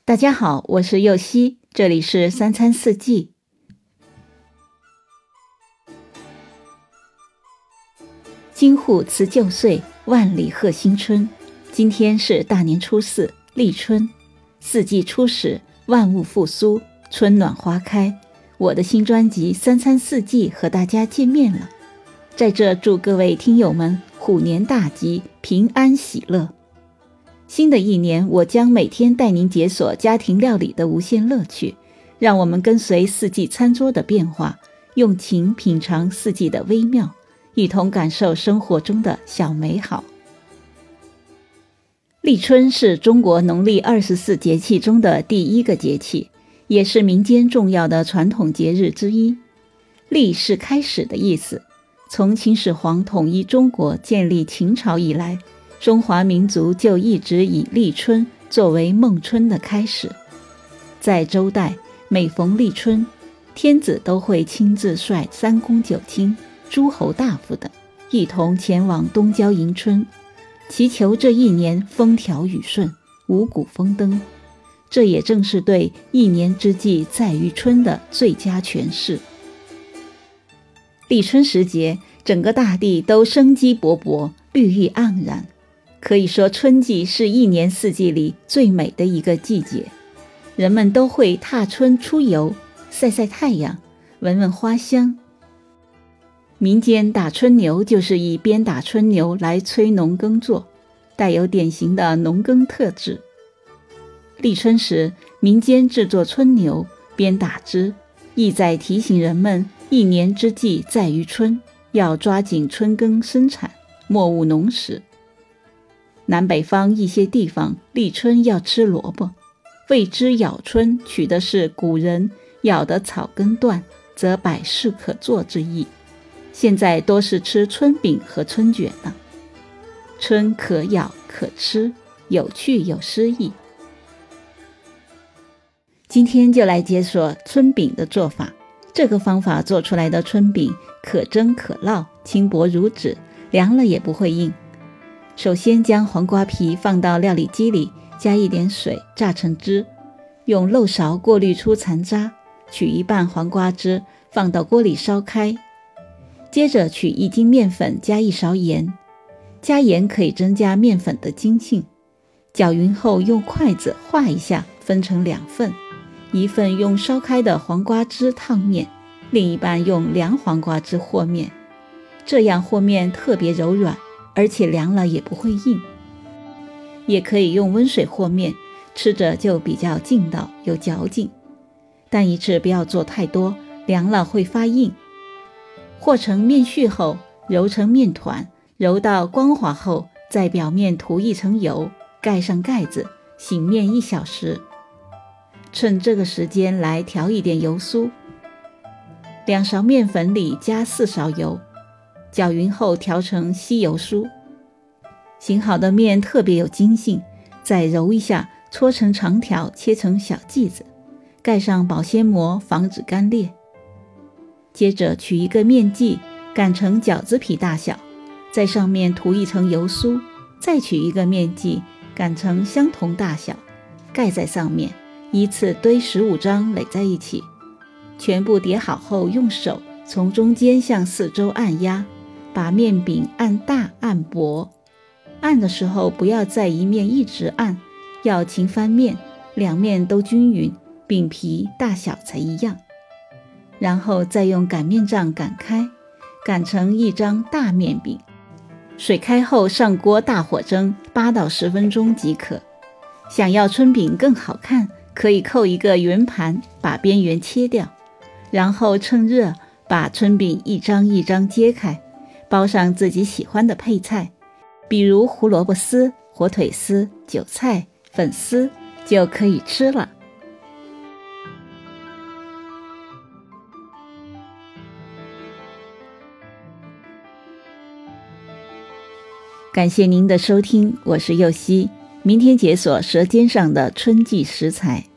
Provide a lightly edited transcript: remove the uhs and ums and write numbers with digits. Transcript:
大家好，我是右希，这里是三餐四季。金户辞旧岁，万里贺新春。今天是大年初四，立春。四季初始，万物复苏，春暖花开。我的新专辑《三餐四季》和大家见面了，在这祝各位听友们虎年大吉，平安喜乐。新的一年，我将每天带您解锁家庭料理的无限乐趣，让我们跟随四季餐桌的变化，用情品尝四季的微妙，一同感受生活中的小美好。立春是中国农历24节气中的第一个节气，也是民间重要的传统节日之一。立是开始的意思，从秦始皇统一中国建立秦朝以来，中华民族就一直以立春作为孟春的开始。在周代，每逢立春，天子都会亲自率三公九卿、诸侯大夫等一同前往东郊迎春，祈求这一年风调雨顺，五谷丰登。这也正是对一年之计在于春的最佳诠释。立春时节，整个大地都生机勃勃，绿意盎然。可以说，春季是一年四季里最美的一个季节。人们都会踏春出游，晒晒太阳，闻闻花香。民间打春牛就是以鞭打春牛来催农耕作，带有典型的农耕特质。立春时，民间制作春牛，鞭打之，意在提醒人们一年之计在于春，要抓紧春耕生产，莫误农时。南北方一些地方立春要吃萝卜，谓之咬春，取的是古人咬的草根断，则百事可做之意。现在多是吃春饼和春卷了。春可咬可吃，有趣有诗意。今天就来解锁春饼的做法。这个方法做出来的春饼可蒸可烙，轻薄如纸，凉了也不会硬。首先将黄瓜皮放到料理机里，加一点水榨成汁，用漏勺过滤出残渣，取一半黄瓜汁放到锅里烧开。接着取1斤面粉加1勺盐，加盐可以增加面粉的筋性。搅匀后用筷子划一下，分成2份，一份用烧开的黄瓜汁烫面，另一半用凉黄瓜汁和面。这样和面特别柔软，而且凉了也不会硬。也可以用温水和面，吃着就比较劲道有嚼劲，但一次不要做太多，凉了会发硬。和成面絮后，揉成面团，揉到光滑后，在表面涂一层油，盖上盖子，醒面1小时。趁这个时间来调一点油酥。2勺面粉里加4勺油，搅匀后调成稀油酥。醒好的面特别有筋性，再揉一下，搓成长条，切成小剂子，盖上保鲜膜，防止干裂。接着取一个面剂，擀成饺子皮大小，在上面涂一层油酥，再取一个面剂，擀成相同大小，盖在上面，依次堆15张垒在一起。全部叠好后，用手从中间向四周按压，把面饼按大按薄。按的时候不要在一面一直按，要勤翻面，两面都均匀，饼皮大小才一样。然后再用擀面杖擀开，擀成一张大面饼。水开后上锅大火蒸8到10分钟即可。想要春饼更好看，可以扣一个圆盘，把边缘切掉，然后趁热把春饼一张一张揭开，包上自己喜欢的配菜，比如胡萝卜丝、火腿丝、韭菜、粉丝，就可以吃了。感谢您的收听，我是右希，明天解锁舌尖上的春季食材。